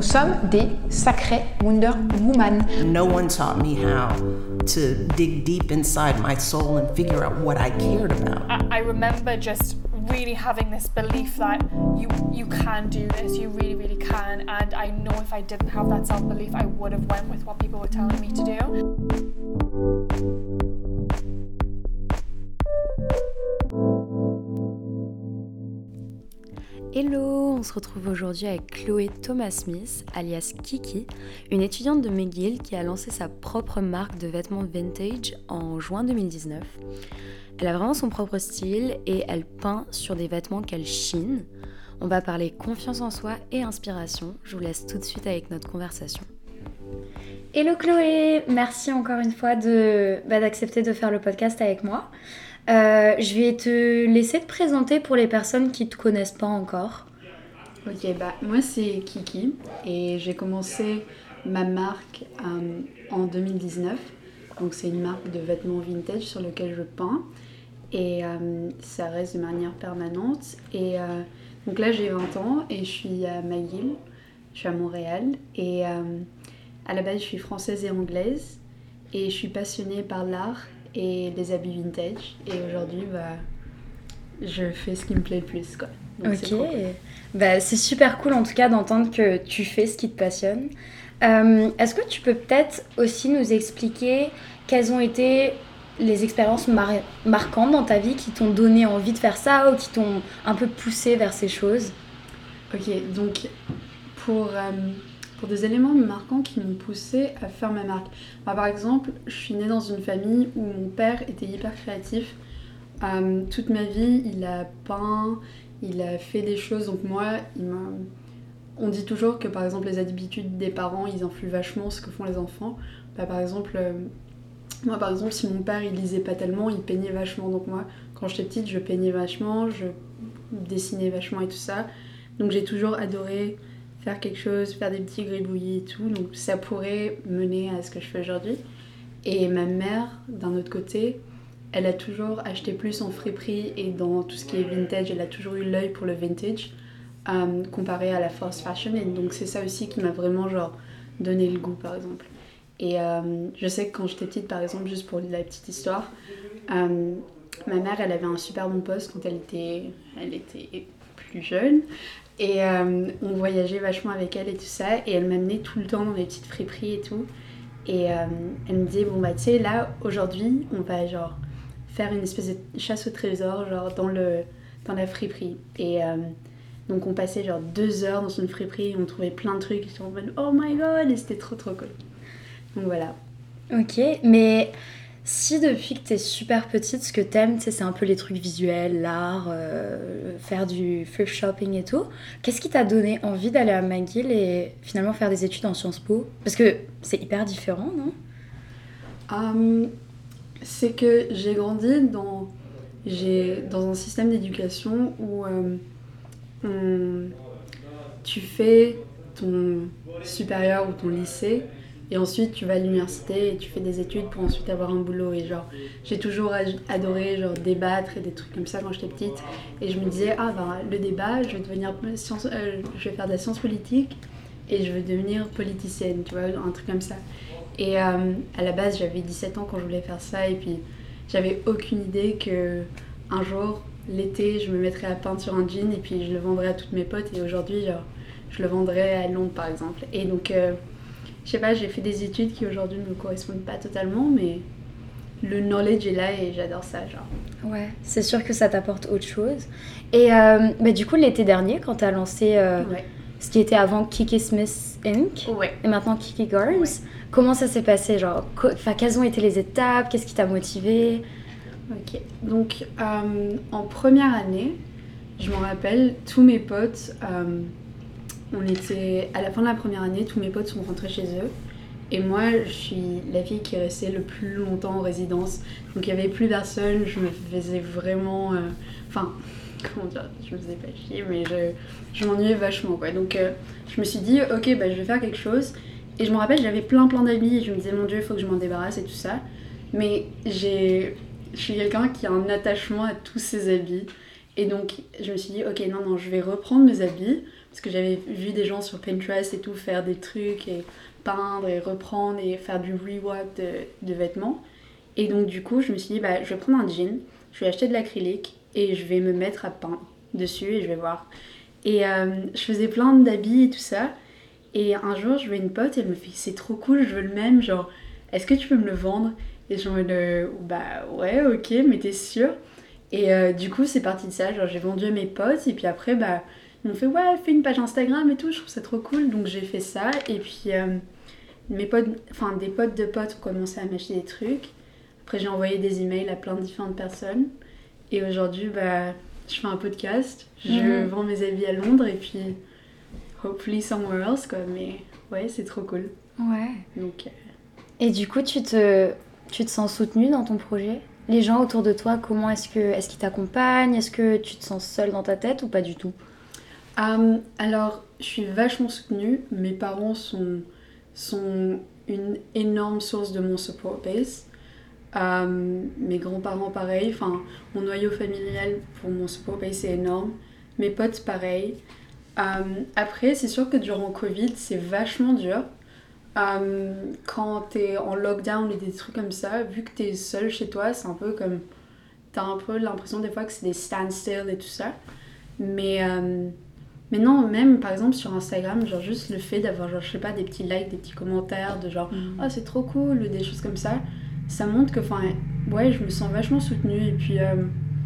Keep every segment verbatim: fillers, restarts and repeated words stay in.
Nous sommes des sacrées Wonder Woman. No one taught me how to dig deep inside my soul and figure out what I cared about. I, I remember just really having this belief that you you can do this, you really, really can. And I know if I didn't have that self-belief, I would have went with what people were telling me to do. Hello, on se retrouve aujourd'hui avec Chloé Thomas-Smith, alias Kiki, une étudiante de McGill qui a lancé sa propre marque de vêtements vintage en juin deux mille dix-neuf. Elle a vraiment son propre style et elle peint sur des vêtements qu'elle chine. On va parler confiance en soi et inspiration. Je vous laisse tout de suite avec notre conversation. Hello Chloé, merci encore une fois de, bah, d'accepter de faire le podcast avec moi. Euh, je vais te laisser te présenter pour les personnes qui ne te connaissent pas encore. Ok, bah moi c'est Kiki et j'ai commencé ma marque euh, en deux mille dix-neuf. Donc c'est une marque de vêtements vintage sur laquelle je peins et euh, ça reste de manière permanente. Et euh, donc là j'ai vingt ans et je suis à McGill, je suis à Montréal et euh, à la base je suis française et anglaise et je suis passionnée par l'art et les habits vintage et aujourd'hui bah, je fais ce qui me plaît le plus quoi. Donc, ok, c'est, cool. Bah, c'est super cool en tout cas d'entendre que tu fais ce qui te passionne. Euh, est-ce que tu peux peut-être aussi nous expliquer quelles ont été les expériences mar- marquantes dans ta vie qui t'ont donné envie de faire ça ou qui t'ont un peu poussé vers ces choses? Ok, donc pour... Euh, Pour des éléments marquants qui m'ont poussée à faire ma marque. Bah, par exemple, je suis née dans une famille où mon père était hyper créatif. Euh, toute ma vie, il a peint, il a fait des choses. Donc moi, il m'a... on dit toujours que par exemple les habitudes des parents, ils influent vachement ce que font les enfants. Bah, par exemple, euh, moi par exemple, si mon père il lisait pas tellement, il peignait vachement. Donc moi, quand j'étais petite, je peignais vachement, je dessinais vachement et tout ça. Donc j'ai toujours adoré faire quelque chose, faire des petits gribouillis et tout, donc ça pourrait mener à ce que je fais aujourd'hui. Et ma mère, d'un autre côté, elle a toujours acheté plus en friperie et dans tout ce qui est vintage, elle a toujours eu l'œil pour le vintage, euh, comparé à la fast fashion, et donc c'est ça aussi qui m'a vraiment genre donné le goût par exemple. Et euh, je sais que quand j'étais petite par exemple, juste pour la petite histoire, euh, ma mère elle avait un super bon poste quand elle était, elle était plus jeune. Et euh, on voyageait vachement avec elle et tout ça, et elle m'amenait tout le temps dans les petites friperies et tout. Et euh, elle me disait, bon bah tu sais, là, aujourd'hui, on va genre faire une espèce de chasse au trésor, genre dans, le, dans la friperie. Et euh, donc on passait genre deux heures dans une friperie, on trouvait plein de trucs, et on se disait, oh my god, et c'était trop trop cool. Donc voilà. Ok, mais si depuis que t'es super petite, ce que t'aimes, tu sais, c'est un peu les trucs visuels, l'art, euh, faire du thrift shopping et tout, qu'est-ce qui t'a donné envie d'aller à McGill et finalement faire des études en Sciences Po? Parce que c'est hyper différent, non? Um, c'est que j'ai grandi dans, j'ai, dans un système d'éducation où euh, on, tu fais ton supérieur ou ton lycée et ensuite tu vas à l'université et tu fais des études pour ensuite avoir un boulot. Et genre j'ai toujours adoré genre débattre et des trucs comme ça quand j'étais petite, et je me disais ah ben le débat, je vais devenir science, euh, je vais faire de la science politique et je vais devenir politicienne, tu vois, un truc comme ça. Et euh, à la base j'avais dix-sept ans quand je voulais faire ça, et puis j'avais aucune idée que un jour l'été je me mettrais à peindre sur un jean et puis je le vendrais à toutes mes potes, et aujourd'hui genre je le vendrais à Londres par exemple. Et donc euh, je sais pas, j'ai fait des études qui aujourd'hui ne me correspondent pas totalement, mais le knowledge est là et j'adore ça, genre. Ouais, c'est sûr que ça t'apporte autre chose. Et euh, bah, du coup, l'été dernier, quand t'as lancé euh, Ouais. ce qui était avant Kiki Smith Incorporated Ouais. et maintenant Kiki Girls, Ouais. comment ça s'est passé, genre, co- quelles ont été les étapes, qu'est-ce qui t'a motivé? Ok, donc euh, en première année, je m'en rappelle, tous mes potes, euh, on était, à la fin de la première année, tous mes potes sont rentrés chez eux. Et moi, je suis la fille qui est restée le plus longtemps en résidence. Donc il n'y avait plus personne, je me faisais vraiment... Enfin, euh, comment dire, je me faisais pas chier, mais je, je m'ennuyais vachement, quoi. Donc euh, je me suis dit, ok, bah, je vais faire quelque chose. Et je me rappelle, j'avais plein plein d'amis et je me disais, mon Dieu, il faut que je m'en débarrasse et tout ça. Mais j'ai, je suis quelqu'un qui a un attachement à tous ses habits. Et donc je me suis dit, ok, non, non, je vais reprendre mes habits parce que j'avais vu des gens sur Pinterest et tout faire des trucs et peindre et reprendre et faire du rework de, de vêtements. Et donc du coup, je me suis dit, bah, je vais prendre un jean, je vais acheter de l'acrylique et je vais me mettre à peindre dessus et je vais voir. Et euh, je faisais plein d'habits et tout ça. Et un jour, je vois une pote et elle me fait, c'est trop cool, je veux le même, genre, est-ce que tu peux me le vendre? Et je me dis, bah ouais, ok, mais t'es sûre? Et euh, du coup, c'est parti de ça, genre j'ai vendu à mes potes et puis après, bah, ils m'ont fait, ouais, fais une page Instagram et tout, je trouve ça trop cool. Donc j'ai fait ça et puis euh, mes potes, enfin des potes de potes ont commencé à m'acheter des trucs. Après, j'ai envoyé des emails à plein de différentes personnes. Et aujourd'hui, bah, je fais un podcast, je mmh. vends mes habits à Londres et puis hopefully somewhere else, quoi. Mais ouais, c'est trop cool. Ouais. Donc, euh... Et du coup, tu te, tu te sens soutenue dans ton projet? Les gens autour de toi, comment est-ce que, est-ce qu'ils t'accompagnent? Est-ce que tu te sens seule dans ta tête ou pas du tout? um, Alors, je suis vachement soutenue. Mes parents sont, sont une énorme source de mon support base. Um, mes grands-parents pareil, enfin mon noyau familial pour mon support base c'est énorme, mes potes pareil. Um, après c'est sûr que durant Covid c'est vachement dur um, quand t'es en lockdown et des trucs comme ça, vu que t'es seul chez toi c'est un peu comme t'as un peu l'impression des fois que c'est des standstill et tout ça, mais um, mais non, même par exemple sur Instagram, genre juste le fait d'avoir genre je sais pas des petits likes, des petits commentaires de genre mm. oh c'est trop cool ou des choses comme ça, ça montre que, enfin, ouais, je me sens vachement soutenue. Et puis, euh,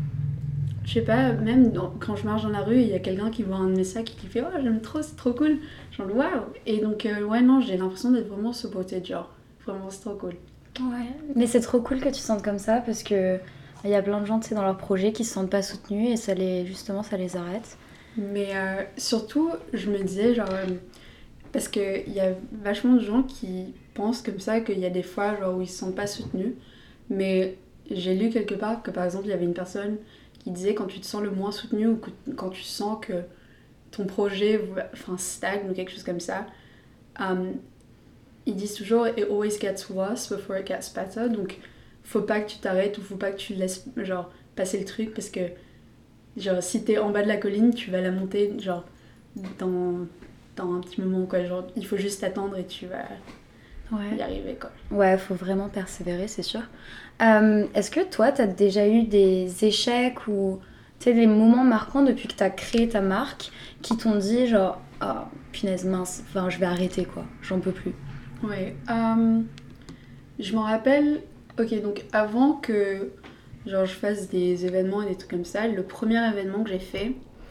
je sais pas, même dans, quand je marche dans la rue, il y a quelqu'un qui voit un de mes sacs et qui fait « Oh, j'aime trop, c'est trop cool !» Genre, waouh. Et donc, euh, ouais, non, j'ai l'impression d'être vraiment supportée, genre, vraiment, c'est trop cool. Ouais, mais c'est trop cool que tu te sentes comme ça parce que il y a plein de gens, tu sais, dans leur projet qui se sentent pas soutenus et ça les, justement, ça les arrête. Mais euh, surtout, je me disais, genre, euh, parce qu'il y a vachement de gens qui pensent comme ça, qu'il y a des fois genre, où ils se sentent pas soutenus. Mais j'ai lu quelque part que par exemple, il y avait une personne qui disait quand tu te sens le moins soutenu ou que, quand tu sens que ton projet enfin, stagne ou quelque chose comme ça, um, ils disent toujours « It always gets worse before it gets better ». Donc, faut pas que tu t'arrêtes ou faut pas que tu laisses genre, passer le truc parce que genre, si t'es en bas de la colline, tu vas la monter genre, dans, dans un petit moment. Quoi. Genre, il faut juste attendre et tu vas... Ouais. y arriver quoi. Ouais, faut vraiment persévérer, c'est sûr. Euh, est-ce que toi, t'as déjà eu des échecs ou tu sais, des moments marquants depuis que t'as créé ta marque qui t'ont dit genre, oh punaise mince, enfin je vais arrêter quoi, j'en peux plus. Ouais, euh, je m'en rappelle, ok donc avant que genre je fasse des événements et des trucs comme ça, le premier événement que j'ai fait,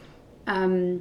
euh,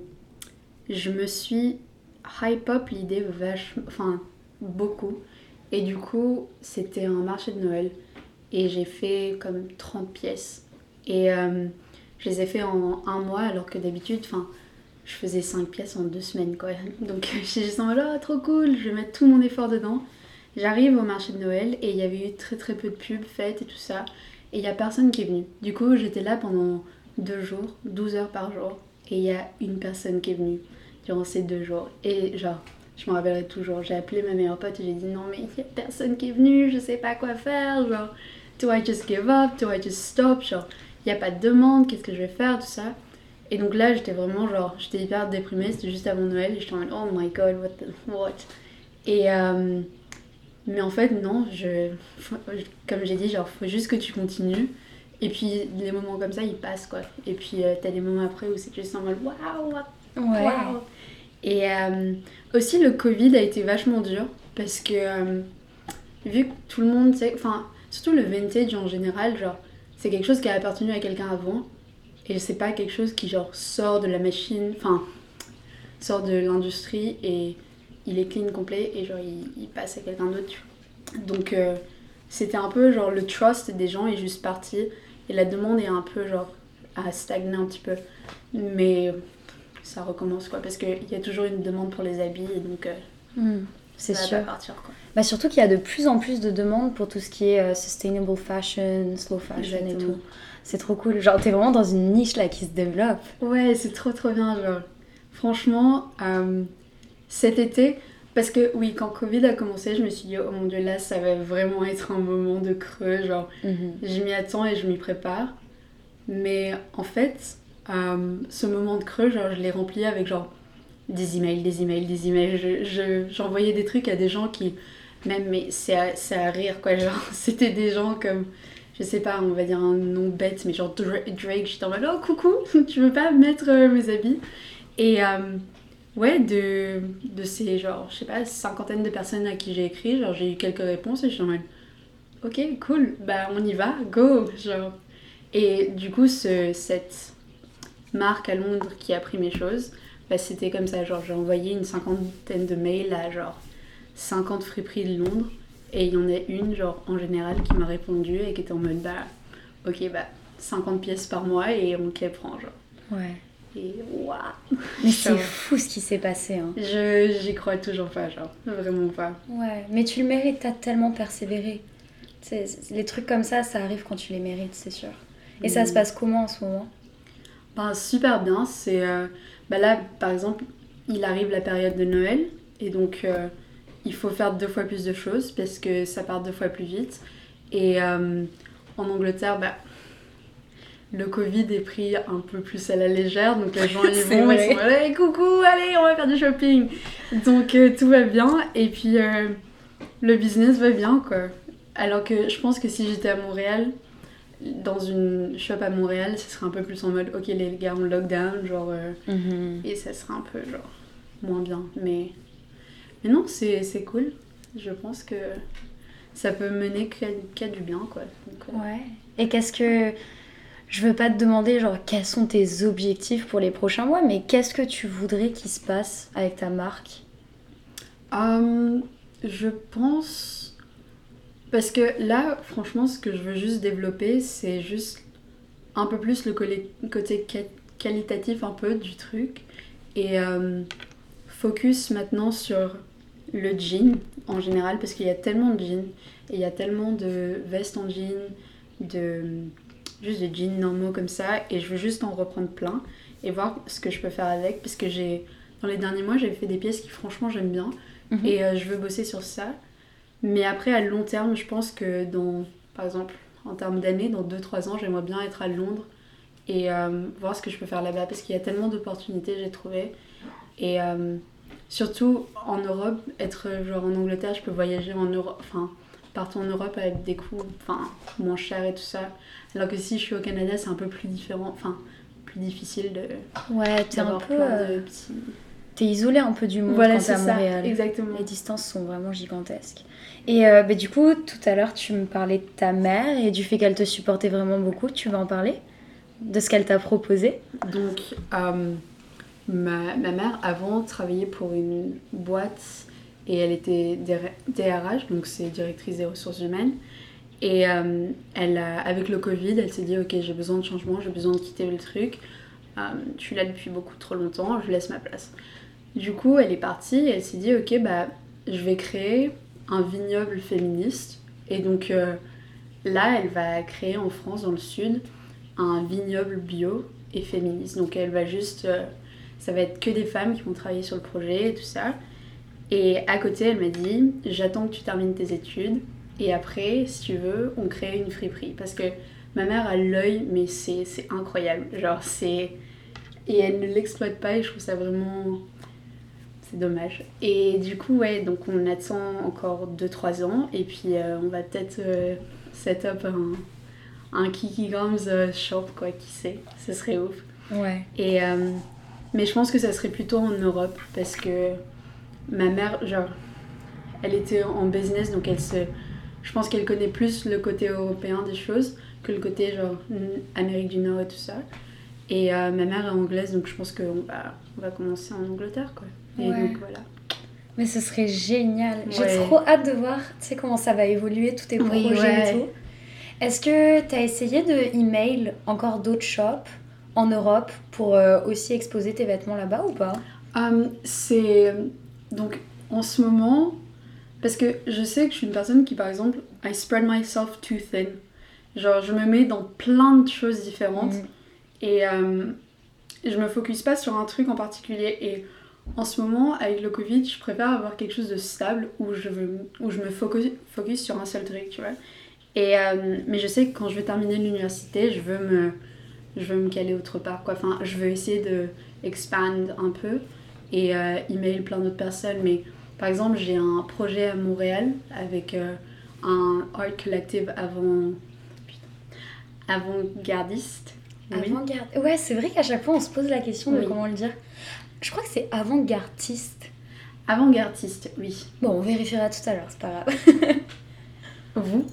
je me suis hype up l'idée vachement, enfin beaucoup. Et du coup, c'était un marché de Noël. Et j'ai fait comme trente pièces. Et euh, je les ai fait en un mois, alors que d'habitude, enfin, je faisais cinq pièces en deux semaines, quoi. Donc j'ai dit, oh là, trop cool, je vais mettre tout mon effort dedans. J'arrive au marché de Noël et il y avait eu très très peu de pubs faites et tout ça. Et il n'y a personne qui est venu. Du coup, j'étais là pendant deux jours, douze heures par jour. Et il y a une personne qui est venue durant ces deux jours. Et genre... je me rappellerai toujours, j'ai appelé ma meilleure pote et j'ai dit non mais il y a personne qui est venu, je sais pas quoi faire, genre do I just give up, do I just stop, genre il y a pas de demande, qu'est-ce que je vais faire, tout ça. Et donc là j'étais vraiment genre, j'étais hyper déprimée, c'était juste avant Noël et j'étais en mode oh my god, what the, what. Et euh, mais en fait non, je, comme j'ai dit, genre faut juste que tu continues. Et puis les moments comme ça ils passent quoi. Et puis euh, t'as des moments après où c'est juste en mode waouh, ouais. Wow. Et euh, aussi le Covid a été vachement dur parce que euh, vu que tout le monde sait, enfin surtout le vintage en général, genre c'est quelque chose qui a appartenu à quelqu'un avant et c'est pas quelque chose qui genre sort de la machine, enfin sort de l'industrie et il est clean complet et genre il, il passe à quelqu'un d'autre. Donc euh, c'était un peu genre le trust des gens est juste parti et la demande est un peu genre à stagner un petit peu, mais ça recommence quoi parce qu'il y a toujours une demande pour les habits et donc euh, mmh, c'est ça sûr. va pas partir quoi. Bah surtout qu'il y a de plus en plus de demandes pour tout ce qui est euh, sustainable fashion, slow fashion. Exactement. Et tout. C'est trop cool, genre t'es vraiment dans une niche là qui se développe. Ouais, c'est trop trop bien genre. Franchement, euh, cet été, parce que oui, quand Covid a commencé, je me suis dit oh mon dieu là ça va vraiment être un moment de creux, genre mmh. je m'y attends et je m'y prépare. Mais en fait, Euh, ce moment de creux, genre, je l'ai rempli avec genre des emails, des emails, des emails. Je, je, j'envoyais des trucs à des gens qui, même, mais c'est à, c'est à rire, quoi. Genre, c'était des gens comme, je sais pas, on va dire un nom bête, mais genre Drake, j'étais en mode, oh coucou, tu veux pas mettre euh, mes habits? Et euh, ouais, de, de ces, genre, je sais pas, cinquantaine de personnes à qui j'ai écrit, genre, j'ai eu quelques réponses et je suis en mode, ok, cool, bah on y va, go, genre. Et du coup, ce, cette marque à Londres qui a pris mes choses, bah, c'était comme ça, genre j'ai envoyé une cinquantaine de mails à genre cinquante friperies de Londres et il y en a une genre en général qui m'a répondu et qui était en mode bah ok bah cinquante pièces par mois et on les prend genre. Ouais. Et waouh. Mais c'est fou ce qui s'est passé hein. Je j'y crois toujours pas genre, vraiment pas. Ouais, mais tu le mérites, t'as tellement persévéré. C'est, les trucs comme ça, ça arrive quand tu les mérites, c'est sûr. Et mmh. ça se passe comment en ce moment? Ben, super bien, c'est euh, bah là par exemple il arrive la période de Noël et donc euh, il faut faire deux fois plus de choses parce que ça part deux fois plus vite et euh, en Angleterre bah, le Covid est pris un peu plus à la légère donc les gens ils vont ils sont allez coucou allez on va faire du shopping donc euh, tout va bien et puis euh, le business va bien quoi alors que je pense que si j'étais à Montréal dans une shop à Montréal, ça serait un peu plus en mode ok les gars on lockdown genre euh, mm-hmm. et ça serait un peu genre moins bien mais mais non c'est c'est cool je pense que ça peut mener qu'à, qu'à du bien quoi donc, euh... ouais et qu'est-ce que je veux pas te demander genre quels sont tes objectifs pour les prochains mois mais qu'est-ce que tu voudrais qu'il se passe avec ta marque? um, je pense parce que là, franchement, ce que je veux juste développer, c'est juste un peu plus le côté qualitatif un peu du truc. Et euh, focus maintenant sur le jean en général, parce qu'il y a tellement de jeans, et il y a tellement de vestes en jean, de, juste de jeans normaux comme ça, et je veux juste en reprendre plein, et voir ce que je peux faire avec, parce que j'ai, dans les derniers mois, j'avais fait des pièces qui franchement j'aime bien, mm-hmm. et euh, je veux bosser sur ça. Mais après, à long terme, je pense que dans, par exemple, en termes d'années, dans deux trois ans, j'aimerais bien être à Londres et euh, voir ce que je peux faire là-bas parce qu'il y a tellement d'opportunités, j'ai trouvé. Et euh, surtout en Europe, être genre en Angleterre, je peux voyager en Europe, enfin, partout en Europe avec des coûts enfin, moins chers et tout ça. Alors que si je suis au Canada, c'est un peu plus différent, enfin, plus difficile de. Ouais, t'es un peu. Euh... Petits... T'es isolé un peu du monde voilà, quand t'es à Montréal. Ça, exactement. Les distances sont vraiment gigantesques. Et euh, bah, du coup, tout à l'heure, tu me parlais de ta mère et du fait qu'elle te supportait vraiment beaucoup. Tu vas en parler? De ce qu'elle t'a proposé? Donc, euh, ma, ma mère, avant, travaillait pour une boîte et elle était D R H, donc c'est directrice des ressources humaines. Et euh, elle a, avec le Covid, elle s'est dit « Ok, j'ai besoin de changement, j'ai besoin de quitter le truc. Euh, je suis là depuis beaucoup trop longtemps, je laisse ma place. » Du coup, elle est partie et elle s'est dit « Ok, bah, je vais créer un vignoble féministe. » Et donc euh, là, elle va créer en France, dans le sud, un vignoble bio et féministe. Donc elle va juste... Euh, ça va être que des femmes qui vont travailler sur le projet et tout ça. Et à côté, elle m'a dit « J'attends que tu termines tes études. Et après, si tu veux, on crée une friperie. » Parce que ma mère a l'œil, mais c'est, c'est incroyable. Genre, c'est... Et elle ne l'exploite pas et je trouve ça vraiment... C'est dommage. Et du coup, ouais, donc on attend encore deux trois ans et puis euh, on va peut-être euh, set up un, un Kiki Grams euh, shop, quoi, qui sait. Ce serait ouf. Ouais. Et, euh, mais je pense que ça serait plutôt en Europe parce que ma mère, genre, elle était en business, donc elle se... Je pense qu'elle connaît plus le côté européen des choses que le côté, genre, Amérique du Nord et tout ça. Et euh, ma mère est anglaise, donc je pense qu'on va, on va commencer en Angleterre, quoi. Et ouais. donc voilà. Mais ce serait génial. J'ai ouais. trop hâte de voir, tu sais, comment ça va évoluer, tous tes oui, projets ouais. et tout. Est-ce que tu as essayé de email encore d'autres shops en Europe pour euh, aussi exposer tes vêtements là-bas ou pas? um, C'est... Donc, en ce moment... Parce que je sais que je suis une personne qui, par exemple, I spread myself too thin. Genre, je me mets dans plein de choses différentes. Mm. Et euh, je me focus pas sur un truc en particulier. Et en ce moment, avec le Covid, je préfère avoir quelque chose de stable où je, veux, où je me focus, focus sur un seul truc, tu vois. Et, euh, mais je sais que quand je vais terminer l'université, je veux me, je veux me caler autre part, quoi. Enfin, je veux essayer de expand un peu. et euh, email plein d'autres personnes. Mais par exemple, j'ai un projet à Montréal avec euh, un art collective avant... avant-gardiste. Oui. Avant-garde. Ouais, c'est vrai qu'à chaque fois on se pose la question de Oui. comment le dire. Je crois que c'est avant-gardiste. Avant-gardiste, oui. Bon, on vérifiera tout à l'heure, c'est pas grave. Vous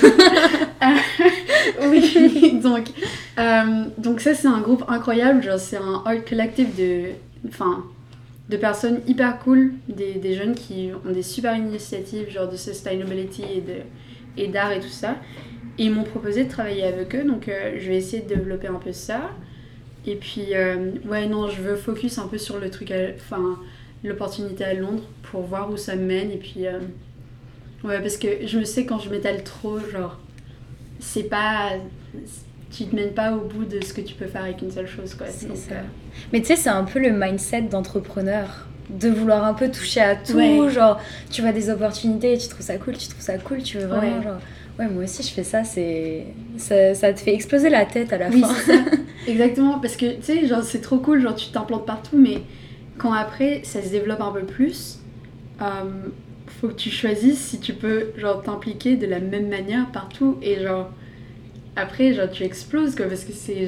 Oui, donc, euh, donc ça c'est un groupe incroyable, genre c'est un art collective de, enfin, de personnes hyper cool, des, des jeunes qui ont des super initiatives genre de sustainability et, de, et d'art et tout ça. Et ils m'ont proposé de travailler avec eux, donc euh, je vais essayer de développer un peu ça. Et puis, euh, ouais, non, je veux focus un peu sur le truc, enfin, l'opportunité à Londres pour voir où ça me mène. Et puis, euh, ouais, parce que je me sais quand je m'étale trop, genre, c'est pas. Tu te mènes pas au bout de ce que tu peux faire avec une seule chose, quoi. C'est Donc, ça. euh, Mais tu sais, c'est un peu le mindset d'entrepreneur, de vouloir un peu toucher à tout. Ouais. Genre, tu vois des opportunités et tu trouves ça cool, tu trouves ça cool, tu veux vraiment, Ouais. genre. Ouais, moi aussi je fais ça, c'est. Ça, ça te fait exploser la tête à la Oui, fin. c'est ça. Exactement, parce que tu sais, genre c'est trop cool, genre tu t'implantes partout, mais quand après ça se développe un peu plus, euh, faut que tu choisisses si tu peux genre t'impliquer de la même manière partout et genre après genre tu exploses quoi, parce que c'est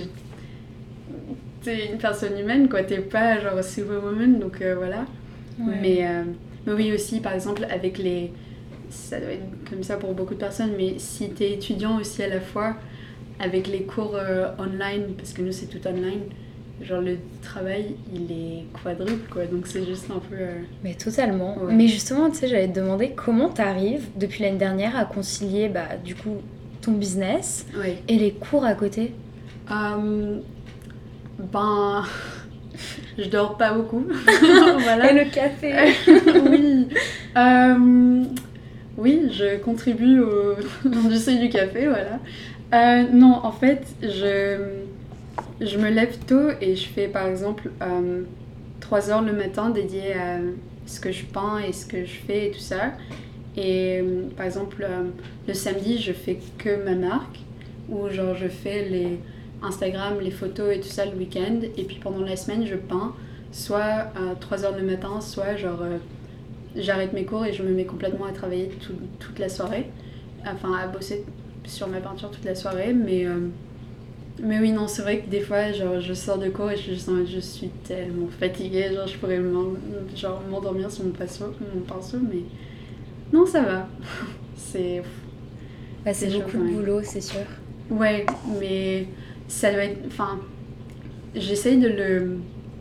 t'es une personne humaine quoi, t'es pas genre superwoman donc euh, voilà. Ouais. Mais, euh, mais oui aussi par exemple avec les, ça doit être comme ça pour beaucoup de personnes, mais si t'es étudiant aussi à la fois avec les cours euh, online, parce que nous c'est tout online, genre le travail il est quadruple quoi, donc c'est juste un peu... euh, Mais totalement. Ouais. Mais justement, tu sais, j'allais te demander comment t'arrives depuis l'année dernière à concilier bah, du coup ton business Ouais. et les cours à côté. Euh, ben... je dors pas beaucoup. Voilà. Et le café. Oui. Euh, oui, je contribue au l'industrie du café, voilà. Euh, non, en fait, je, je me lève tôt et je fais par exemple euh, trois heures le matin dédiées à ce que je peins et ce que je fais et tout ça. Et euh, par exemple, euh, le samedi, je fais que ma marque, où genre je fais les Instagram, les photos et tout ça le week-end. Et puis pendant la semaine, je peins soit à trois heures le matin, soit genre euh, j'arrête mes cours et je me mets complètement à travailler tout, toute la soirée. Enfin, à bosser sur ma peinture toute la soirée. Mais, euh, mais oui, non, c'est vrai que des fois, genre, je sors de cours et je suis juste en mode, je suis tellement fatiguée. Genre, je pourrais m'en- genre, m'endormir sur mon pinceau, mon pinceau, mais non, ça va. C'est... Bah, c'est C'est chaud, beaucoup quand de même. boulot, c'est sûr. Ouais, mais ça doit être... Enfin, j'essaye de le...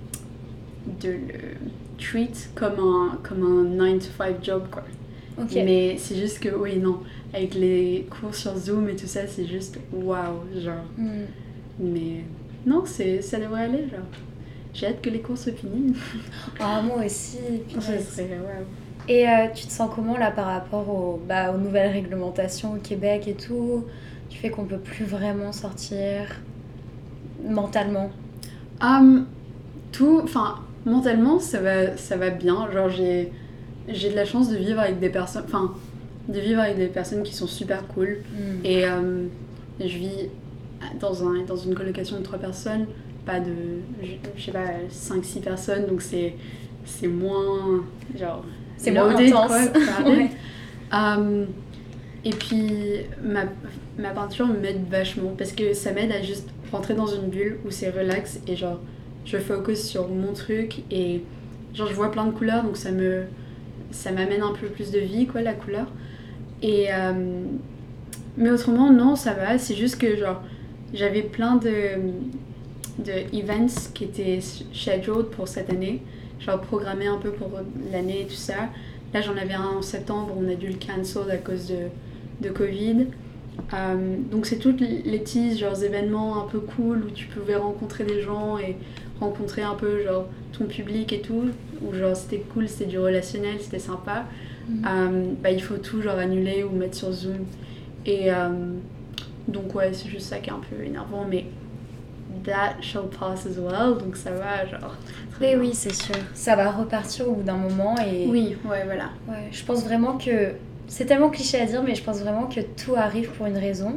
de le treat comme un, comme un nine to five job, quoi. Ok. Mais c'est juste que, oui, non, avec les cours sur Zoom et tout ça, c'est juste waouh, genre. Hmm. Mais non, c'est, ça devrait aller, genre. J'ai hâte que les cours se finissent. Ah, moi aussi. Ça punaise. serait waouh. Et euh, tu te sens comment là par rapport au, bah, aux nouvelles réglementations au Québec et tout? Tu fais qu'on peut plus vraiment sortir mentalement. Hum, tout, enfin, mentalement, ça va, ça va bien. Genre, j'ai, j'ai de la chance de vivre avec des personnes, enfin, de vivre avec des personnes qui sont super cool. Hmm. Et euh, je vis dans, un, dans une colocation de trois personnes, pas de, je, je sais pas, cinq six personnes, donc c'est, c'est moins, genre, C'est moins loaded, intense. quoi, crowded. Ouais. Euh, et puis, ma, ma peinture m'aide vachement, parce que ça m'aide à juste rentrer dans une bulle où c'est relax, et genre, je focus sur mon truc, et genre, je vois plein de couleurs, donc ça me, ça m'amène un peu plus de vie, quoi, la couleur. Et... euh, mais autrement, non, ça va. C'est juste que, genre, j'avais plein de, de events qui étaient scheduled pour cette année. Genre, programmés un peu pour l'année et tout ça. Là, j'en avais un en septembre, on a dû le cancel à cause de, de Covid. Euh, donc, c'est tous les petits, genre, événements un peu cool où tu pouvais rencontrer des gens et rencontrer un peu, genre, ton public et tout. Où, genre, c'était cool, c'était du relationnel, c'était sympa. Mhm. Euh, bah, il faut tout, genre, annuler ou mettre sur Zoom. Et euh, donc ouais, c'est juste ça qui est un peu énervant, mais that shall pass as well, donc ça va, genre. très Mais bien. oui, c'est sûr. Ça va repartir au bout d'un moment et Oui, ouais, voilà. ouais, je pense vraiment que c'est tellement cliché à dire, mais je pense vraiment que tout arrive pour une raison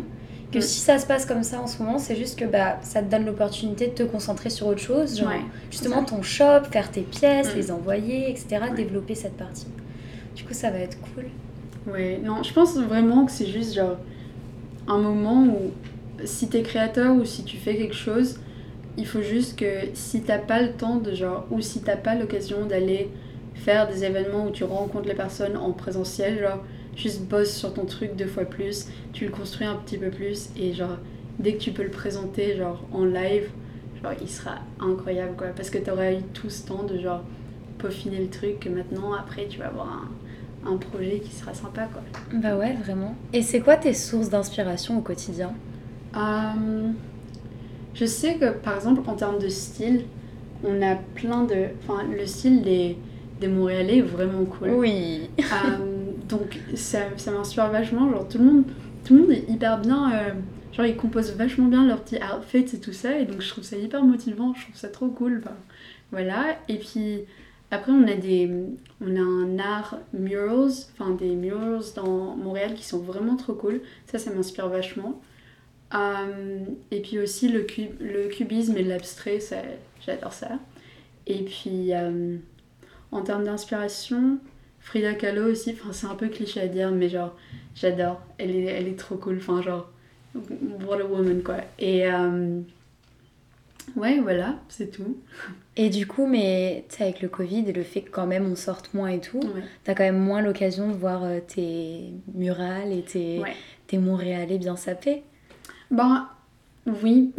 Que Mm. si ça se passe comme ça en ce moment, c'est juste que bah, ça te donne l'opportunité de te concentrer sur autre chose. Genre, Ouais, justement, ton shop, faire tes pièces, Mm. les envoyer, et cetera. Ouais. Développer cette partie. Du coup, ça va être cool. Ouais, non, je pense vraiment que c'est juste genre un moment où si t'es créateur ou si tu fais quelque chose, il faut juste que si t'as pas le temps de genre, ou si t'as pas l'occasion d'aller faire des événements où tu rencontres les personnes en présentiel, genre juste bosse sur ton truc deux fois plus, tu le construis un petit peu plus et genre dès que tu peux le présenter genre en live, genre il sera incroyable quoi, parce que t'auras eu tout ce temps de genre peaufiner le truc que maintenant après tu vas avoir un, un projet qui sera sympa quoi. Bah ouais, vraiment. Et c'est quoi tes sources d'inspiration au quotidien? Euh, je sais que par exemple en termes de style, on a plein de... Enfin le style des, des Montréalais est vraiment cool. Oui. Euh, donc ça, ça m'inspire vachement, genre tout le monde, tout le monde est hyper bien, euh, genre ils composent vachement bien leurs petits outfits et tout ça, et donc je trouve ça hyper motivant, je trouve ça trop cool, enfin, voilà. Et puis après on a des, on a un art murals, enfin des murals dans Montréal qui sont vraiment trop cool, ça ça m'inspire vachement. Euh, et puis aussi le, cub, le cubisme et l'abstrait, ça, j'adore ça. Et puis euh, en termes d'inspiration, Frida Kahlo aussi, enfin c'est un peu cliché à dire, mais genre j'adore, elle est, elle est trop cool, enfin genre what a woman quoi. Et euh, ouais voilà, c'est tout. Et du coup, mais tu sais, avec le Covid et le fait que quand même on sorte moins et tout, Ouais. t'as quand même moins l'occasion de voir euh, tes murales et tes, Ouais. tes Montréalais bien sapés. Ben oui,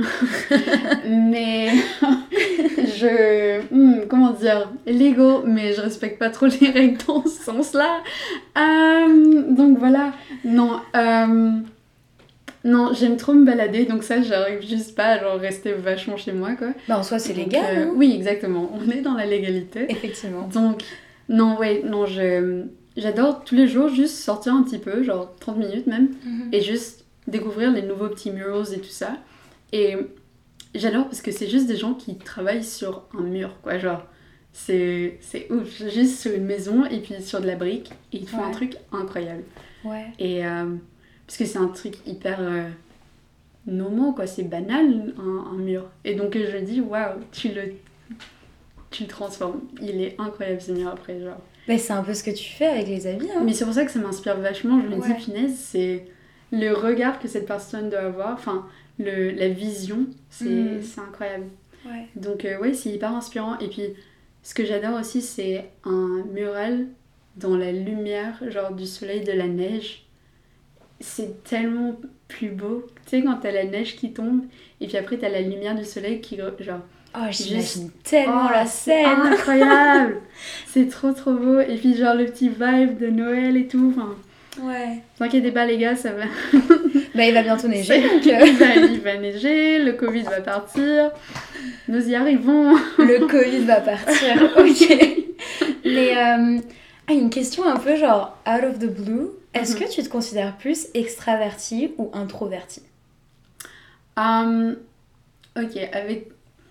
mais je... hmm, comment dire, l'ego, mais je respecte pas trop les règles dans ce sens-là. Euh, donc voilà, non, euh, non, j'aime trop me balader, donc ça, j'arrive juste pas à genre rester vachement chez moi, quoi. Bah en soi, c'est Donc, légal. euh, hein. oui, exactement, on est dans la légalité. Effectivement. Donc, non, ouais, non, je... J'adore tous les jours juste sortir un petit peu, genre trente minutes même, Mhm. et juste découvrir les nouveaux petits murals et tout ça. Et j'adore parce que c'est juste des gens qui travaillent sur un mur, quoi, genre, c'est, c'est ouf, juste sur une maison et puis sur de la brique, et ils te font Ouais. un truc incroyable. Ouais. Et euh, parce que c'est un truc hyper euh, normand, quoi, c'est banal, un, un mur. Et donc je me dis, waouh, tu le, tu le transformes, il est incroyable ce mur après, genre. Mais c'est un peu ce que tu fais avec les habits. Hein. Mais c'est pour ça que ça m'inspire vachement, je me Ouais. dis, punaise, c'est le regard que cette personne doit avoir, enfin, le, la vision, c'est, Mm. c'est incroyable. Ouais. Donc euh, ouais, c'est hyper inspirant. Et puis, ce que j'adore aussi, c'est un mural dans la lumière, genre du soleil, de la neige. C'est tellement plus beau. Tu sais, quand t'as la neige qui tombe, et puis après t'as la lumière du soleil qui, genre... Oh, j'imagine Juste- tellement Oh, la c'est scène. incroyable. C'est trop trop beau. Et puis genre le petit vibe de Noël et tout, enfin... Ouais. T'inquiétez pas les gars, ça va. Bah il va bientôt neiger. C'est- Donc, euh, il, va, il va neiger, le Covid va partir, nous y arrivons. le Covid va partir. Ok. Mais euh, ah, une question un peu genre out of the blue. Est-ce Mhm. que tu te considères plus extraverti ou introverti? Hum, ok, avec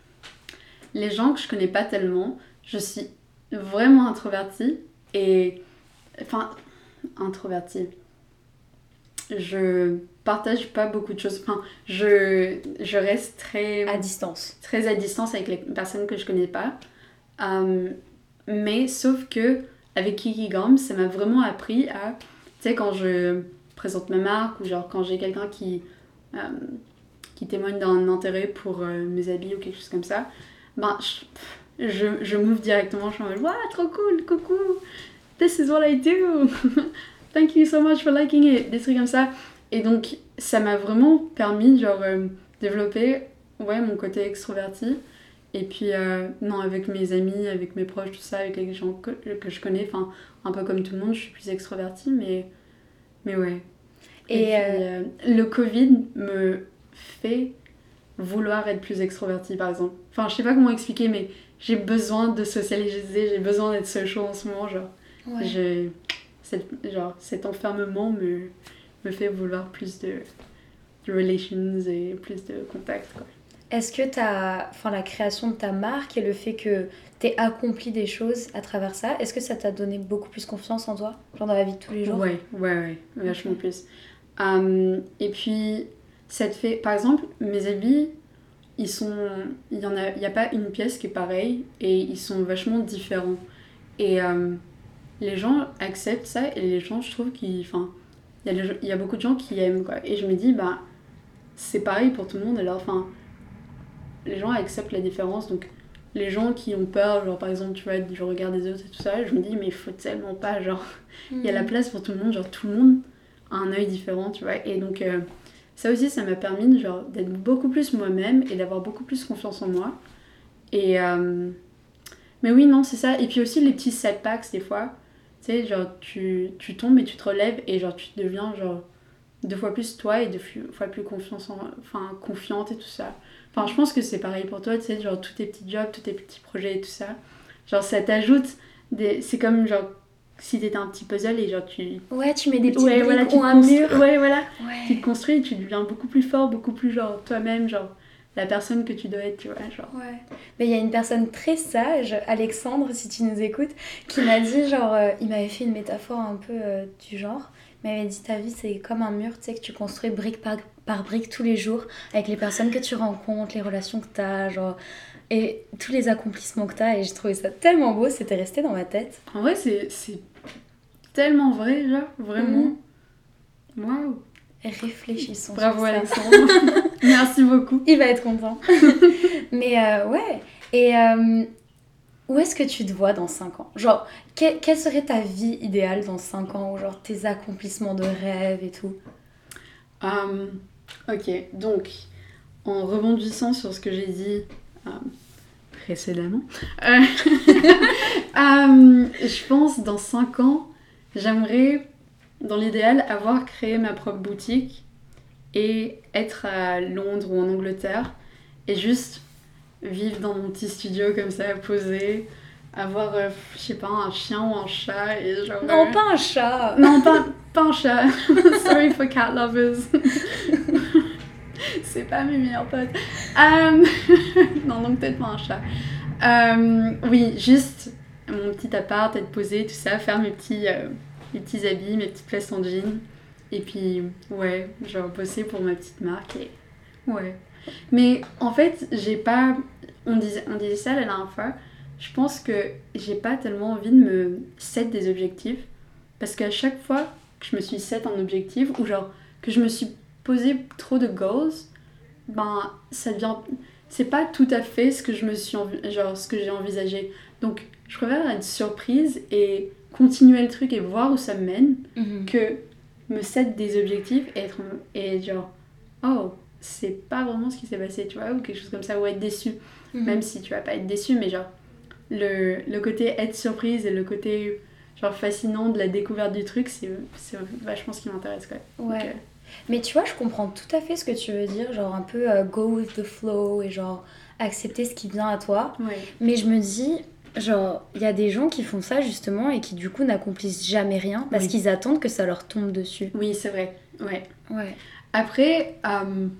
les gens que je connais pas tellement, je suis vraiment introvertie et... Enfin, introvertie. Je partage pas beaucoup de choses. Enfin, je, je reste très... À distance. très à distance avec les personnes que je connais pas. Euh, mais sauf que avec Kiki Gams, ça m'a vraiment appris à, tu sais, quand je présente ma marque ou genre quand j'ai quelqu'un qui, euh, qui témoigne d'un intérêt pour euh, mes habits ou quelque chose comme ça, ben je, je, je m'ouvre directement, je suis en mode, waouh, trop cool, coucou, this is what I do, thank you so much for liking it, des trucs comme ça. Et donc ça m'a vraiment permis, genre, euh, développer ouais, mon côté extroverti. Et puis, euh, non, avec mes amis, avec mes proches, tout ça, avec les gens que, que je connais, enfin, un peu comme tout le monde, je suis plus extrovertie, mais, mais ouais. Et, Et, puis, euh, le Covid me fait vouloir être plus extrovertie, par exemple. Enfin, je sais pas comment expliquer, mais j'ai besoin de socialiser, j'ai besoin d'être social en ce moment, genre. Ouais. Je, cette, genre, cet enfermement me, me fait vouloir plus de, de relations et plus de contacts, quoi. Est-ce que t'as, enfin, la création de ta marque et le fait que t'aies accompli des choses à travers ça, est-ce que ça t'a donné beaucoup plus confiance en toi, genre dans la vie de tous les jours? Ouais, ouais, ouais, vachement plus. Um, et puis, ça te fait... Par exemple, mes habits, ils sont... Il y en a... Il y a pas une pièce qui est pareille et ils sont vachement différents. Et euh, les gens acceptent ça et les gens, je trouve qu'ils... Enfin, il y a les... il y a beaucoup de gens qui aiment, quoi. Et je me dis, bah, c'est pareil pour tout le monde. Alors, enfin, les gens acceptent la différence. Donc, les gens qui ont peur, genre, par exemple, tu vois, je regarde les autres et tout ça, je me dis, mais il faut tellement pas, genre... Il y a la place pour tout le monde, genre, tout le monde a un œil différent, tu vois. Et donc... Euh, ça aussi, ça m'a permis genre, d'être beaucoup plus moi-même et d'avoir beaucoup plus confiance en moi. Et euh... Mais oui, non, c'est ça. Et puis aussi les petits setbacks, des fois. Tu sais, genre, tu, tu tombes et tu te relèves et genre, tu deviens genre, deux fois plus toi et deux fois plus confiance en... enfin, confiante et tout ça. Enfin, je pense que c'est pareil pour toi, tu sais, genre, tous tes petits jobs, tous tes petits projets et tout ça. Genre, ça t'ajoute des... C'est comme, genre, si t'étais un petit puzzle et genre tu... Ouais, tu mets des petits ouais, briques voilà, ou un mur. Ouais, voilà. Ouais. Tu te construis et tu deviens beaucoup plus fort, beaucoup plus genre toi-même, genre la personne que tu dois être, tu vois, genre. Ouais. Mais il y a une personne très sage, Alexandre, si tu nous écoutes, qui m'a dit, genre, euh, il m'avait fait une métaphore un peu euh, du genre. Il m'avait dit, ta vie, c'est comme un mur, tu sais, que tu construis brique par, par brique tous les jours, avec les personnes que tu rencontres, les relations que t'as, genre... Et tous les accomplissements que t'as, et j'ai trouvé ça tellement beau, c'était resté dans ma tête. En vrai, c'est, c'est tellement vrai, genre, vraiment. Waouh. Wow. Réfléchissons. Bravo Alexandre. Merci beaucoup. Il va être content. Mais euh, ouais. Et euh, où est-ce que tu te vois dans cinq ans? Genre, que, quelle serait ta vie idéale dans cinq ans? Ou genre tes accomplissements de rêve et tout? um, Ok, donc, en rebondissant sur ce que j'ai dit euh, précédemment, euh, um, je pense dans cinq ans, j'aimerais... Dans l'idéal, avoir créé ma propre boutique et être à Londres ou en Angleterre et juste vivre dans mon petit studio comme ça, posé, avoir, euh, je sais pas, un chien ou un chat et genre... Non, euh... pas un chat. Non, pas, pas un chat. Sorry for cat lovers. C'est pas mes meilleurs potes. Um... non, donc peut-être pas un chat. Um, oui, juste mon petit appart, être posé, tout ça, faire mes petits... Euh... mes petits habits, mes petites places en jean. Et puis, ouais, genre bosser pour ma petite marque. Et... ouais. Mais en fait, j'ai pas... On disait, on disait ça la dernière fois. Je pense que j'ai pas tellement envie de me set des objectifs. Parce qu'à chaque fois que je me suis set un objectif, ou genre que je me suis posé trop de goals, ben, ça devient... C'est pas tout à fait ce que je me suis... Envi... genre, ce que j'ai envisagé. Donc, je préfère être surprise et... continuer le truc et voir où ça me mène, mm-hmm. que me set des objectifs et être et genre oh c'est pas vraiment ce qui s'est passé, tu vois, ou quelque chose comme ça, ou être déçu, mm-hmm. même si tu vas pas être déçu, mais genre le, le côté être surprise et le côté genre fascinant de la découverte du truc, c'est, c'est vachement ce qui m'intéresse, quoi. Ouais. Donc, euh... mais tu vois, je comprends tout à fait ce que tu veux dire, genre un peu uh, go with the flow et genre accepter ce qui vient à toi, ouais. Mais je me dis genre, il y a des gens qui font ça justement et qui du coup n'accomplissent jamais rien parce oui. qu'ils attendent que ça leur tombe dessus. Oui, c'est vrai. Ouais. Ouais. Après, um,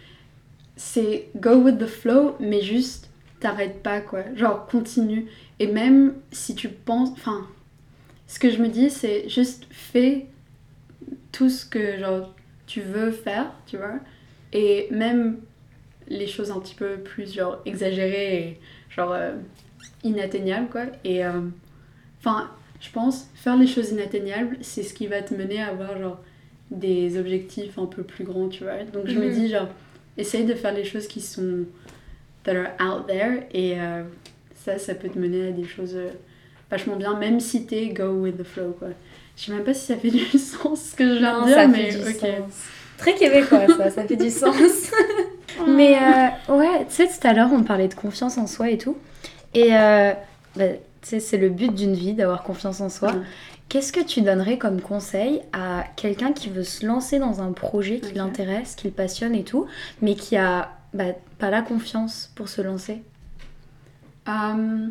c'est go with the flow, mais juste t'arrêtes pas, quoi. Genre, continue. Et même si tu penses... Enfin, ce que je me dis, c'est juste fais tout ce que genre, tu veux faire, tu vois. Et même les choses un petit peu plus genre exagérées et genre... Euh, inatteignable, quoi. Et enfin euh, je pense faire les choses inatteignables, c'est ce qui va te mener à avoir genre des objectifs un peu plus grands, tu vois. Donc je mm-hmm. me dis genre essaye de faire les choses qui sont that are out there et euh, ça ça peut te mener à des choses euh, vachement bien, même si t'es go with the flow, quoi. Je sais même pas si ça fait du sens ce que je viens de dire, ça mais fait du ok. Sens. Très québécois, ça, ça fait du sens. Mais euh, ouais, tu sais, tout à l'heure on parlait de confiance en soi et tout. Et euh, bah, c'est le but d'une vie, d'avoir confiance en soi. Mmh. Qu'est-ce que tu donnerais comme conseil à quelqu'un qui veut se lancer dans un projet qui okay. l'intéresse, qui le passionne et tout, mais qui a bah, pas la confiance pour se lancer? um,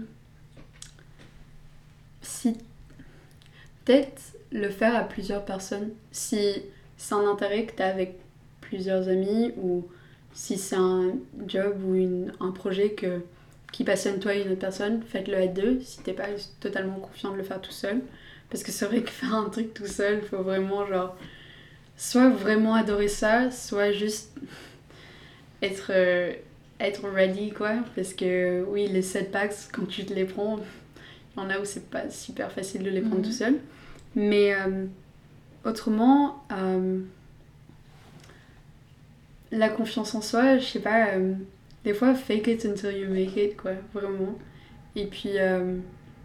si... Peut-être le faire à plusieurs personnes. Si c'est un intérêt que tu as avec plusieurs amis, ou si c'est un job ou une, un projet que... qui passionne toi et une autre personne, faites-le à deux si t'es pas totalement confiant de le faire tout seul, parce que c'est vrai que faire un truc tout seul, faut vraiment genre soit vraiment adorer ça, soit juste être, euh, être ready, quoi. Parce que oui, les setbacks, quand tu te les prends, il y en a où c'est pas super facile de les prendre Mhm. tout seul. Mais euh, autrement, euh, la confiance en soi, je sais pas, euh, des fois, fake it until you make it, quoi, vraiment. Et puis, euh,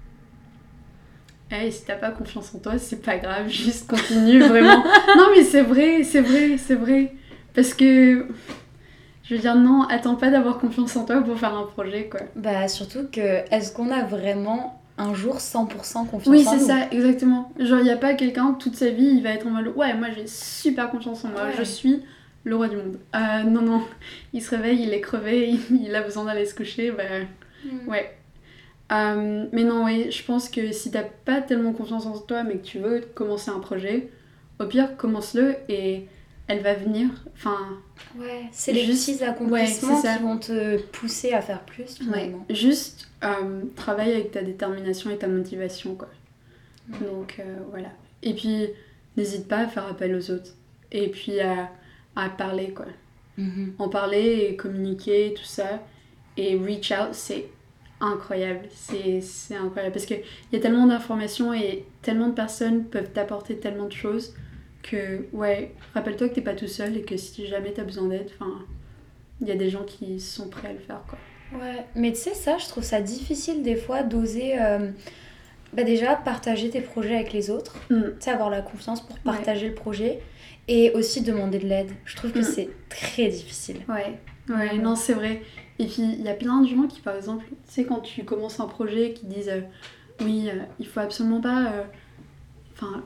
hey, si t'as pas confiance en toi, c'est pas grave, juste continue, vraiment. Non, mais c'est vrai, c'est vrai, c'est vrai. Parce que, je veux dire, non, attends pas d'avoir confiance en toi pour faire un projet, quoi. Bah surtout que, est-ce qu'on a vraiment un jour cent pour cent confiance Oui, en c'est nous? ça, exactement. Genre, il y a pas quelqu'un, toute sa vie, il va être en mode, ouais, moi j'ai super confiance en moi, Ouais. je suis le roi du monde. Euh, non, non, il se réveille, il est crevé, il a besoin d'aller se coucher, bah, Mm. ouais. Euh, mais non, oui, je pense que si t'as pas tellement confiance en toi, mais que tu veux commencer un projet, au pire, commence-le et elle va venir. Enfin, Ouais, c'est les Juste- petits accomplissements ouais, c'est ça. qui vont te pousser à faire plus ouais, finalement. juste euh, travaille avec ta détermination et ta motivation, quoi. Ouais. Donc, euh, voilà. Et puis, n'hésite pas à faire appel aux autres. Et puis, à, à parler, quoi. Mhm. En parler et communiquer, tout ça. Et reach out, c'est incroyable. C'est, c'est incroyable. Parce qu'il y a tellement d'informations et tellement de personnes peuvent t'apporter tellement de choses que, ouais, rappelle-toi que t'es pas tout seul et que si jamais t'as besoin d'aide, enfin, il y a des gens qui sont prêts à le faire, quoi. Ouais, mais tu sais, ça, je trouve ça difficile des fois d'oser euh, bah déjà partager tes projets avec les autres, Mm. tu sais, avoir la confiance pour partager le projet et aussi demander de l'aide. Je trouve que Mm. c'est très difficile. Ouais, ouais, Ouais. non, c'est vrai. Et puis, il y a plein de gens qui, par exemple, tu sais, quand tu commences un projet, qui disent euh, oui, euh, il faut absolument pas. euh, Enfin,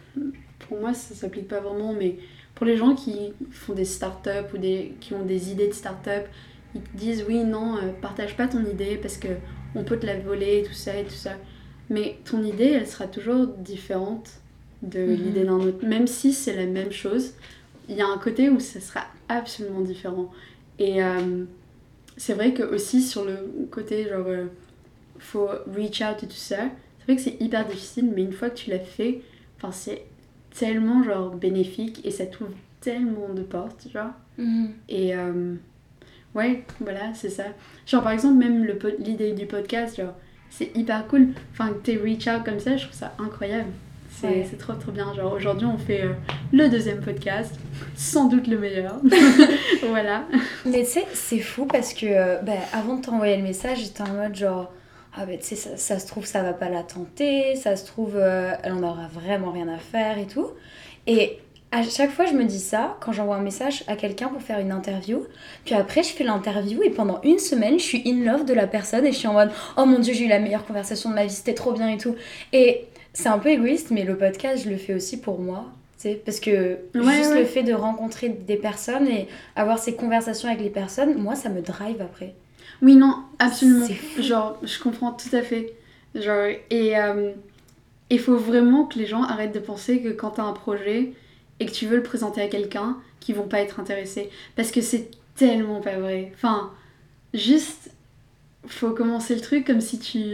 pour moi, ça s'applique pas vraiment, mais pour les gens qui font des startups ou des, qui ont des idées de startup, ils te disent oui, non, euh, partage pas ton idée parce que on peut te la voler, tout ça et tout ça. Mais ton idée, elle sera toujours différente de Mhm. l'idée d'un autre. Même si c'est la même chose, il y a un côté où ça sera absolument différent. Et euh, c'est vrai que aussi sur le côté genre euh, faut reach out et tout ça, c'est vrai que c'est hyper difficile, mais une fois que tu l'as fait, enfin c'est tellement genre bénéfique et ça t'ouvre tellement de portes, genre. Mhm. Et euh, ouais, voilà, c'est ça. Genre par exemple même le po- l'idée du podcast, genre c'est hyper cool. Enfin que t'aies reach out comme ça, je trouve ça incroyable. C'est, Ouais. c'est trop trop bien. Genre aujourd'hui on fait euh, le deuxième podcast, sans doute le meilleur. Voilà. Mais tu sais, c'est fou parce que euh, bah, avant de t'envoyer le message, j'étais en mode genre ah bah tu sais, ça, ça se trouve, ça va pas la tenter, ça se trouve, euh, elle en aura vraiment rien à faire et tout. Et à chaque fois, je me dis ça quand j'envoie un message à quelqu'un pour faire une interview. Puis après, je fais l'interview et pendant une semaine, je suis in love de la personne et je suis en mode oh mon dieu, j'ai eu la meilleure conversation de ma vie, c'était trop bien et tout. Et c'est un peu égoïste, mais le podcast, je le fais aussi pour moi. Tu sais, parce que Ouais, juste ouais. le fait de rencontrer des personnes et avoir ces conversations avec les personnes, moi, ça me drive après. Oui, non, absolument. C'est fou. Genre, je comprends tout à fait. Genre, et euh, il faut vraiment que les gens arrêtent de penser que quand t'as un projet et que tu veux le présenter à quelqu'un, qu'ils vont pas être intéressés. Parce que c'est tellement pas vrai. Enfin, juste, faut commencer le truc comme si tu...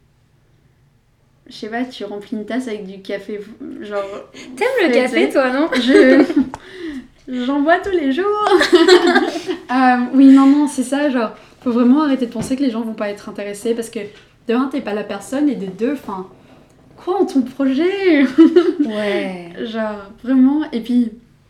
Je sais pas, tu remplis une tasse avec du café, genre... T'aimes le fait, café, tu sais. toi, non? Je... J'en bois tous les jours. Euh, oui, non, non, c'est ça, genre, faut vraiment arrêter de penser que les gens vont pas être intéressés parce que de un, t'es pas la personne et de deux, enfin, crois en ton projet. Ouais. Genre, vraiment, et puis,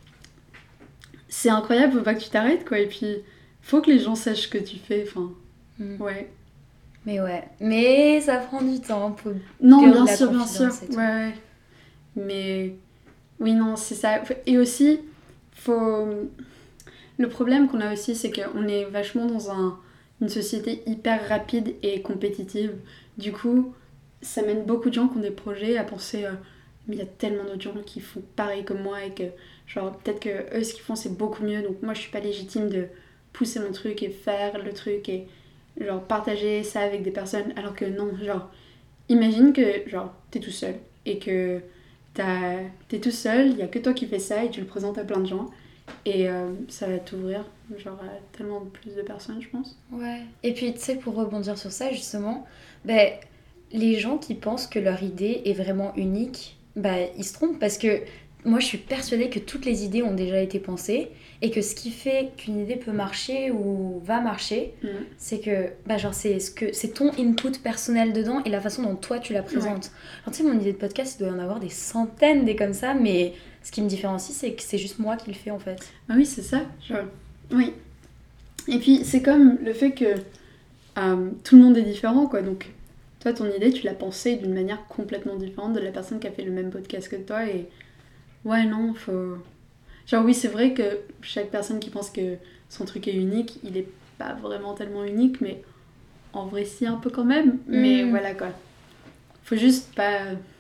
c'est incroyable, faut pas que tu t'arrêtes, quoi, et puis, faut que les gens sachent ce que tu fais, enfin, Mm. ouais. Mais ouais. Mais ça prend du temps pour... Non, Garde bien la sûr, bien sûr, confidence et tout. ouais, ouais. Mais, oui, non, c'est ça, et aussi, faut... Le problème qu'on a aussi, c'est qu'on est vachement dans un, une société hyper rapide et compétitive. Du coup, ça mène beaucoup de gens qui ont des projets à penser euh, mais il y a tellement d'autres gens qui font pareil comme moi et que, genre, peut-être que eux, ce qu'ils font, c'est beaucoup mieux. Donc, moi, je suis pas légitime de pousser mon truc et faire le truc et, genre, partager ça avec des personnes. Alors que non, genre, imagine que, genre, t'es tout seul et que t'as, t'es tout seul, il y a que toi qui fais ça et tu le présentes à plein de gens. Et euh, ça va t'ouvrir genre à tellement plus de personnes, je pense. Ouais. Et puis, tu sais, pour rebondir sur ça, justement, ben, les gens qui pensent que leur idée est vraiment unique, ben, ils se trompent parce que moi je suis persuadée que toutes les idées ont déjà été pensées et que ce qui fait qu'une idée peut marcher ou va marcher, mmh. c'est que bah genre c'est ce que c'est ton input personnel dedans et la façon dont toi tu la présentes. Ouais. Tu sais, mon idée de podcast, il doit y en avoir des centaines des comme ça, mais ce qui me différencie, c'est que c'est juste moi qui le fais en fait. Ah oui, c'est ça. Genre, oui. Et puis c'est comme le fait que euh, tout le monde est différent, quoi. Donc toi, ton idée, tu l'as pensée d'une manière complètement différente de la personne qui a fait le même podcast que toi. Et ouais, non, faut... Genre oui, c'est vrai que chaque personne qui pense que son truc est unique, il est pas vraiment tellement unique, mais en vrai, si, un peu quand même. Mais mmh. voilà, quoi. Faut juste pas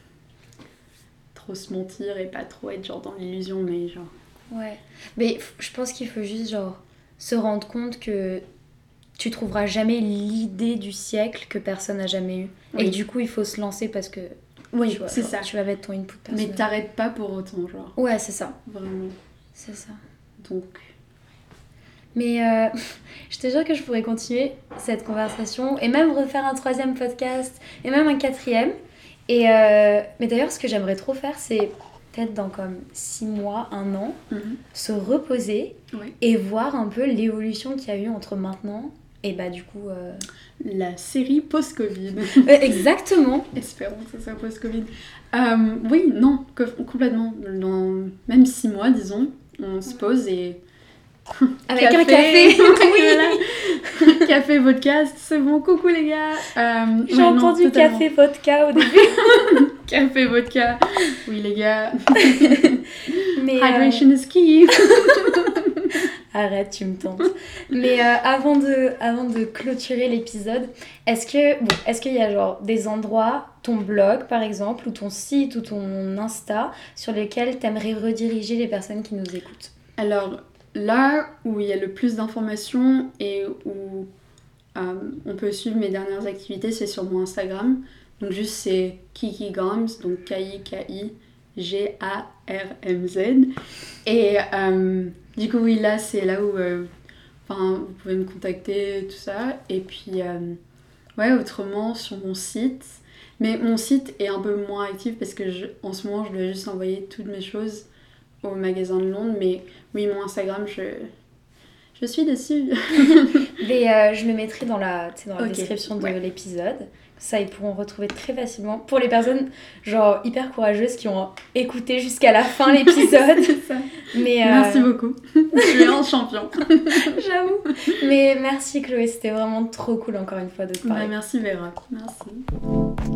trop se mentir et pas trop être genre dans l'illusion, mais genre... Ouais. Mais je pense qu'il faut juste genre se rendre compte que tu trouveras jamais l'idée du siècle que personne n'a jamais eue. Oui. Et du coup, il faut se lancer parce que oui, tu vois, c'est genre, ça. Tu vas mettre ton input personnel. Mais t'arrêtes pas pour autant, genre. Ouais, c'est ça. Vraiment. C'est ça. Donc... Mais euh, je te jure que je pourrais continuer cette conversation et même refaire un troisième podcast et même un quatrième. Et euh, mais d'ailleurs, ce que j'aimerais trop faire, c'est peut-être dans comme six mois, un an, mm-hmm. se reposer oui. et voir un peu l'évolution qu'il y a eu entre maintenant et bah du coup... Euh... La série post-Covid. Exactement. Espérons que ça soit post-Covid. Euh, oui, non, complètement. Dans même six mois, disons, on se pose et... Avec café. un café. Oui. Café, vodka, c'est bon, coucou les gars. Euh, J'ai ouais, entendu non, café, vodka au début. Café, vodka, oui les gars. Mais Hydration euh... is key. Arrête, tu me tentes. Mais euh, avant, de, avant de clôturer l'épisode, est-ce que bon, est-ce qu'il y a genre des endroits, ton blog par exemple, ou ton site, ou ton Insta, sur lesquels t'aimerais rediriger les personnes qui nous écoutent ? Alors, là où il y a le plus d'informations et où euh, on peut suivre mes dernières activités, c'est sur mon Instagram. Donc juste c'est Kiki Grams, donc K I K I G A R M Z. Et euh, du coup oui, là c'est là où euh, vous pouvez me contacter, tout ça. Et puis euh, ouais, autrement sur mon site. Mais mon site est un peu moins actif parce que je, en ce moment je dois juste envoyer toutes mes choses au magasin de Londres. Mais oui, mon Instagram, je, je suis dessus. Mais euh, je le mettrai dans la, dans la okay. description de ouais. l'épisode. Ça, ils pourront retrouver très facilement. Pour les personnes genre hyper courageuses qui ont écouté jusqu'à la fin l'épisode. C'est ça. Mais, euh... Merci beaucoup. Je suis un champion. J'avoue. Mais merci Chloé, c'était vraiment trop cool encore une fois de te parler. Ouais, merci Vera. Merci.